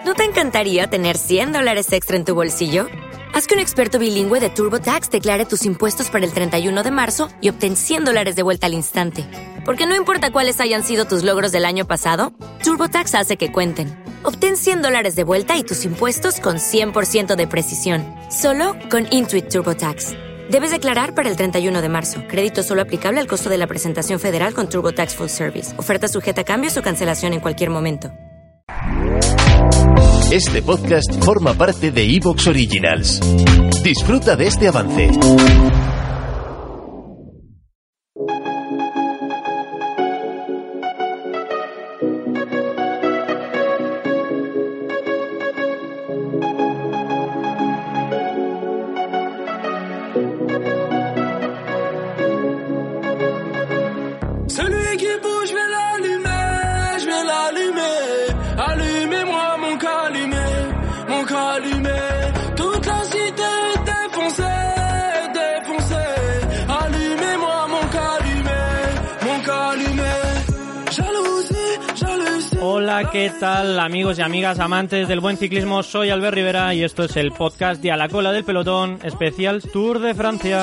¿No te encantaría tener $100 extra en tu bolsillo? Haz que un experto bilingüe de TurboTax declare tus impuestos para el 31 de marzo y obtén $100 de vuelta al instante. Porque no importa cuáles hayan sido tus logros del año pasado, TurboTax hace que cuenten. Obtén $100 de vuelta y tus impuestos con 100% de precisión. Solo con Intuit TurboTax. Debes declarar para el 31 de marzo. Crédito solo aplicable al costo de la presentación federal con TurboTax Full Service. Oferta sujeta a cambios o cancelación en cualquier momento. Este podcast forma parte de Evox Originals. Disfruta de este avance. Hola, ¿qué tal, amigos y amigas amantes del buen ciclismo? Soy Albert Rivera y esto es el podcast de A la Cola del Pelotón, especial Tour de Francia.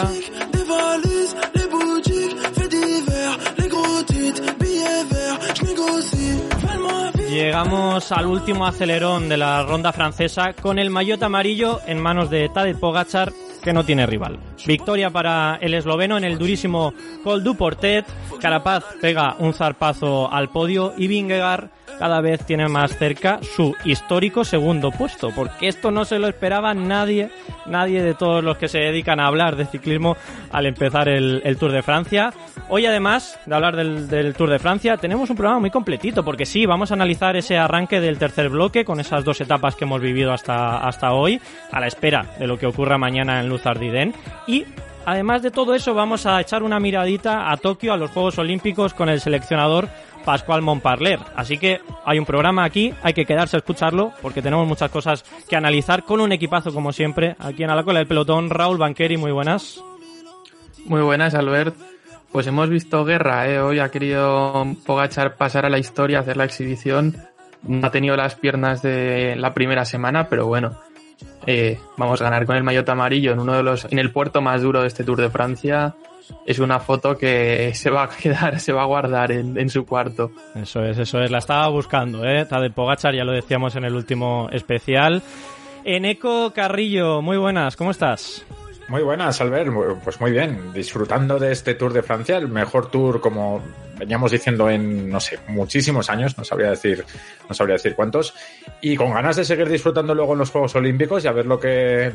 Llegamos al último acelerón de la ronda francesa con el maillot amarillo en manos de Tadej Pogačar, que no tiene rival. Victoria para el esloveno en el durísimo Col du Portet. Carapaz pega un zarpazo al podio y Vingegaard cada vez tiene más cerca su histórico segundo puesto, porque esto no se lo esperaba nadie de todos los que se dedican a hablar de ciclismo al empezar el Tour de Francia. Hoy, además de hablar del Tour de Francia, tenemos un programa muy completito, porque sí, vamos a analizar ese arranque del tercer bloque con esas dos etapas que hemos vivido hasta hoy, a la espera de lo que ocurra mañana en Luz-Ardiden. Y además de todo eso, vamos a echar una miradita a Tokio, a los Juegos Olímpicos, con el seleccionador Pascual Montparler. Así que hay un programa aquí, hay que quedarse a escucharlo, porque tenemos muchas cosas que analizar con un equipazo como siempre, aquí en A la Cola del Pelotón. Raúl Banqueri, muy buenas. Muy buenas, Albert. Pues hemos visto guerra, Hoy ha querido Pogačar pasar a la historia, hacer la exhibición. No ha tenido las piernas de la primera semana, pero bueno, vamos a ganar con el maillot amarillo en el puerto más duro de este Tour de Francia. Es una foto que se va a guardar en su cuarto. Eso es, la estaba buscando, Tadej Pogačar, ya lo decíamos en el último especial. Eneco Carrillo, muy buenas, ¿cómo estás? Muy buenas, Albert. Pues muy bien, disfrutando de este Tour de Francia, el mejor Tour, como veníamos diciendo, en, no sé, muchísimos años, no sabría decir cuántos, y con ganas de seguir disfrutando luego en los Juegos Olímpicos y a ver lo que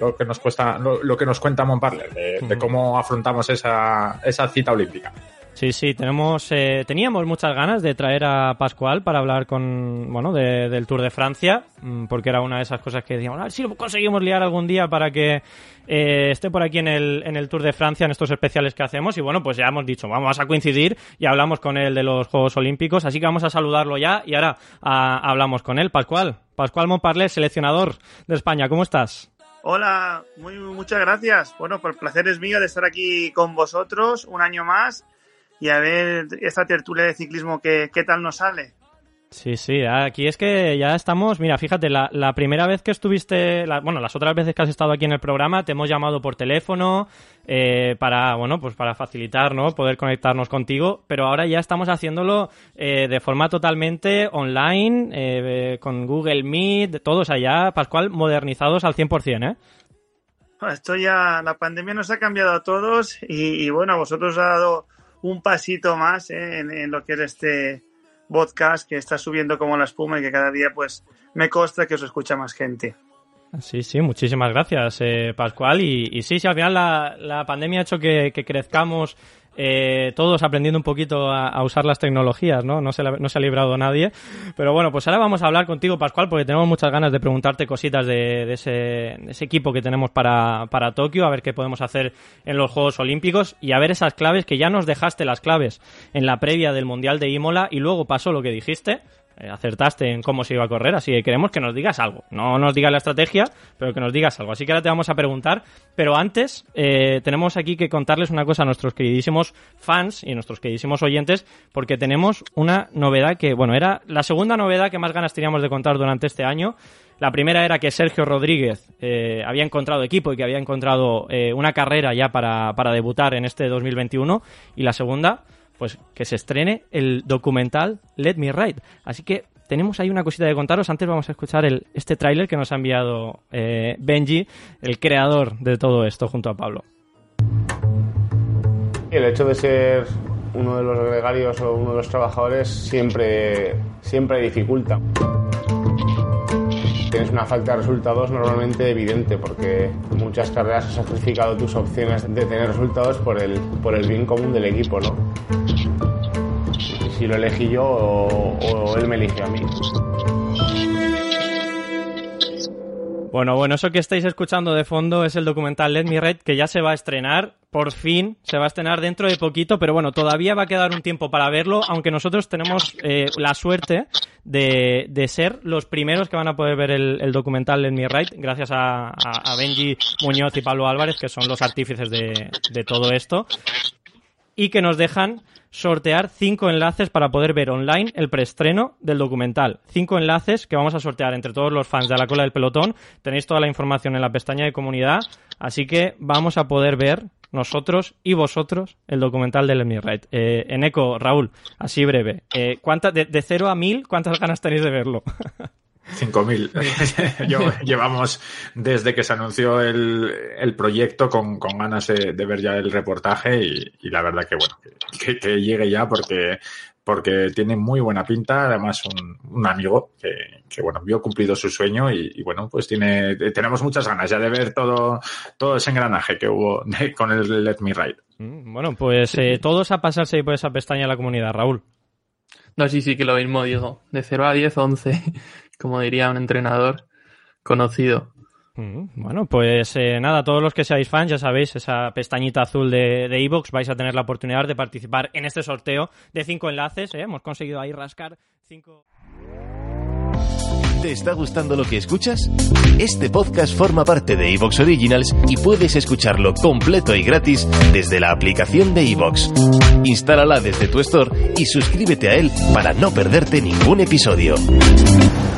nos cuenta Montparler de cómo afrontamos esa cita olímpica. Sí, teníamos muchas ganas de traer a Pascual para hablar del Tour de Francia, porque era una de esas cosas que decíamos, a ver si lo conseguimos liar algún día para que esté por aquí en el Tour de Francia, en estos especiales que hacemos, y bueno, pues ya hemos dicho, vamos a coincidir y hablamos con él de los Juegos Olímpicos, así que vamos a saludarlo ya y ahora hablamos con él. Pascual Montparler, seleccionador de España, ¿cómo estás? Hola, muchas gracias. Bueno, pues el placer es mío de estar aquí con vosotros un año más y a ver esta tertulia de ciclismo qué tal nos sale. Sí, aquí es que ya estamos, mira, fíjate, la primera vez que estuviste, las otras veces que has estado aquí en el programa te hemos llamado por teléfono para facilitar, ¿no?, poder conectarnos contigo, pero ahora ya estamos haciéndolo de forma totalmente online, con Google Meet, todos allá, Pascual, modernizados al 100%, ¿eh? Esto ya, la pandemia nos ha cambiado a todos y bueno, a vosotros os ha dado un pasito más en lo que es este podcast que está subiendo como la espuma y que cada día pues me consta que os escucha más gente. Sí, muchísimas gracias, Pascual. Y sí, al final la pandemia ha hecho que crezcamos todos aprendiendo un poquito a usar las tecnologías, ¿no? No se ha librado nadie. Pero bueno, pues ahora vamos a hablar contigo, Pascual, porque tenemos muchas ganas de preguntarte cositas de ese equipo que tenemos para Tokio, a ver qué podemos hacer en los Juegos Olímpicos y a ver esas claves que ya nos dejaste las claves en la previa del Mundial de Imola y luego pasó lo que dijiste. acertaste en cómo se iba a correr, así que queremos que nos digas algo. No nos digas la estrategia, pero que nos digas algo. Así que ahora te vamos a preguntar, pero antes tenemos aquí que contarles una cosa a nuestros queridísimos fans y a nuestros queridísimos oyentes, porque tenemos una novedad que, bueno, era la segunda novedad que más ganas teníamos de contar durante este año. La primera era que Sergio Rodríguez había encontrado equipo y que había encontrado una carrera ya para debutar en este 2021. Y la segunda, pues que se estrene el documental Let Me Ride. Así que tenemos ahí una cosita de contaros. Antes vamos a escuchar este tráiler que nos ha enviado Benji, el creador de todo esto, junto a Pablo. El hecho de ser uno de los gregarios o uno de los trabajadores siempre dificulta. Tienes una falta de resultados normalmente evidente porque en muchas carreras has sacrificado tus opciones de tener resultados por el bien común del equipo, ¿no? Si lo elegí yo o él me eligió a mí. Bueno, eso que estáis escuchando de fondo es el documental Let Me Ride, que ya se va a estrenar, por fin, se va a estrenar dentro de poquito, pero bueno, todavía va a quedar un tiempo para verlo, aunque nosotros tenemos la suerte de ser los primeros que van a poder ver el documental Let Me Ride, gracias a Benji Muñoz y Pablo Álvarez, que son los artífices de todo esto, y que nos dejan sortear 5 enlaces para poder ver online el preestreno del documental. 5 enlaces que vamos a sortear entre todos los fans de A la Cola del Pelotón. Tenéis toda la información en la pestaña de comunidad, así que vamos a poder ver nosotros y vosotros el documental de Let Me Ride. En eco, Raúl, así breve. De 0 a 1000, ¿cuántas ganas tenéis de verlo? 5.000. Llevamos desde que se anunció el proyecto con ganas de ver ya el reportaje y la verdad que bueno, que llegue ya porque tiene muy buena pinta. Además un amigo que bueno, vio cumplido su sueño y bueno, pues tenemos muchas ganas ya de ver todo ese engranaje que hubo con el Let Me Ride. Bueno, pues todos a pasarse ahí por esa pestaña de la comunidad, Raúl. No, sí que lo mismo digo. De 0 a 10, 11, como diría un entrenador conocido. Bueno, pues nada, todos los que seáis fans, ya sabéis, esa pestañita azul de iVoox, vais a tener la oportunidad de participar en este sorteo de 5 enlaces. Hemos conseguido ahí rascar 5... ¿Te está gustando lo que escuchas? Este podcast forma parte de iVoox Originals y puedes escucharlo completo y gratis desde la aplicación de iVoox. Instálala desde tu store y suscríbete a él para no perderte ningún episodio.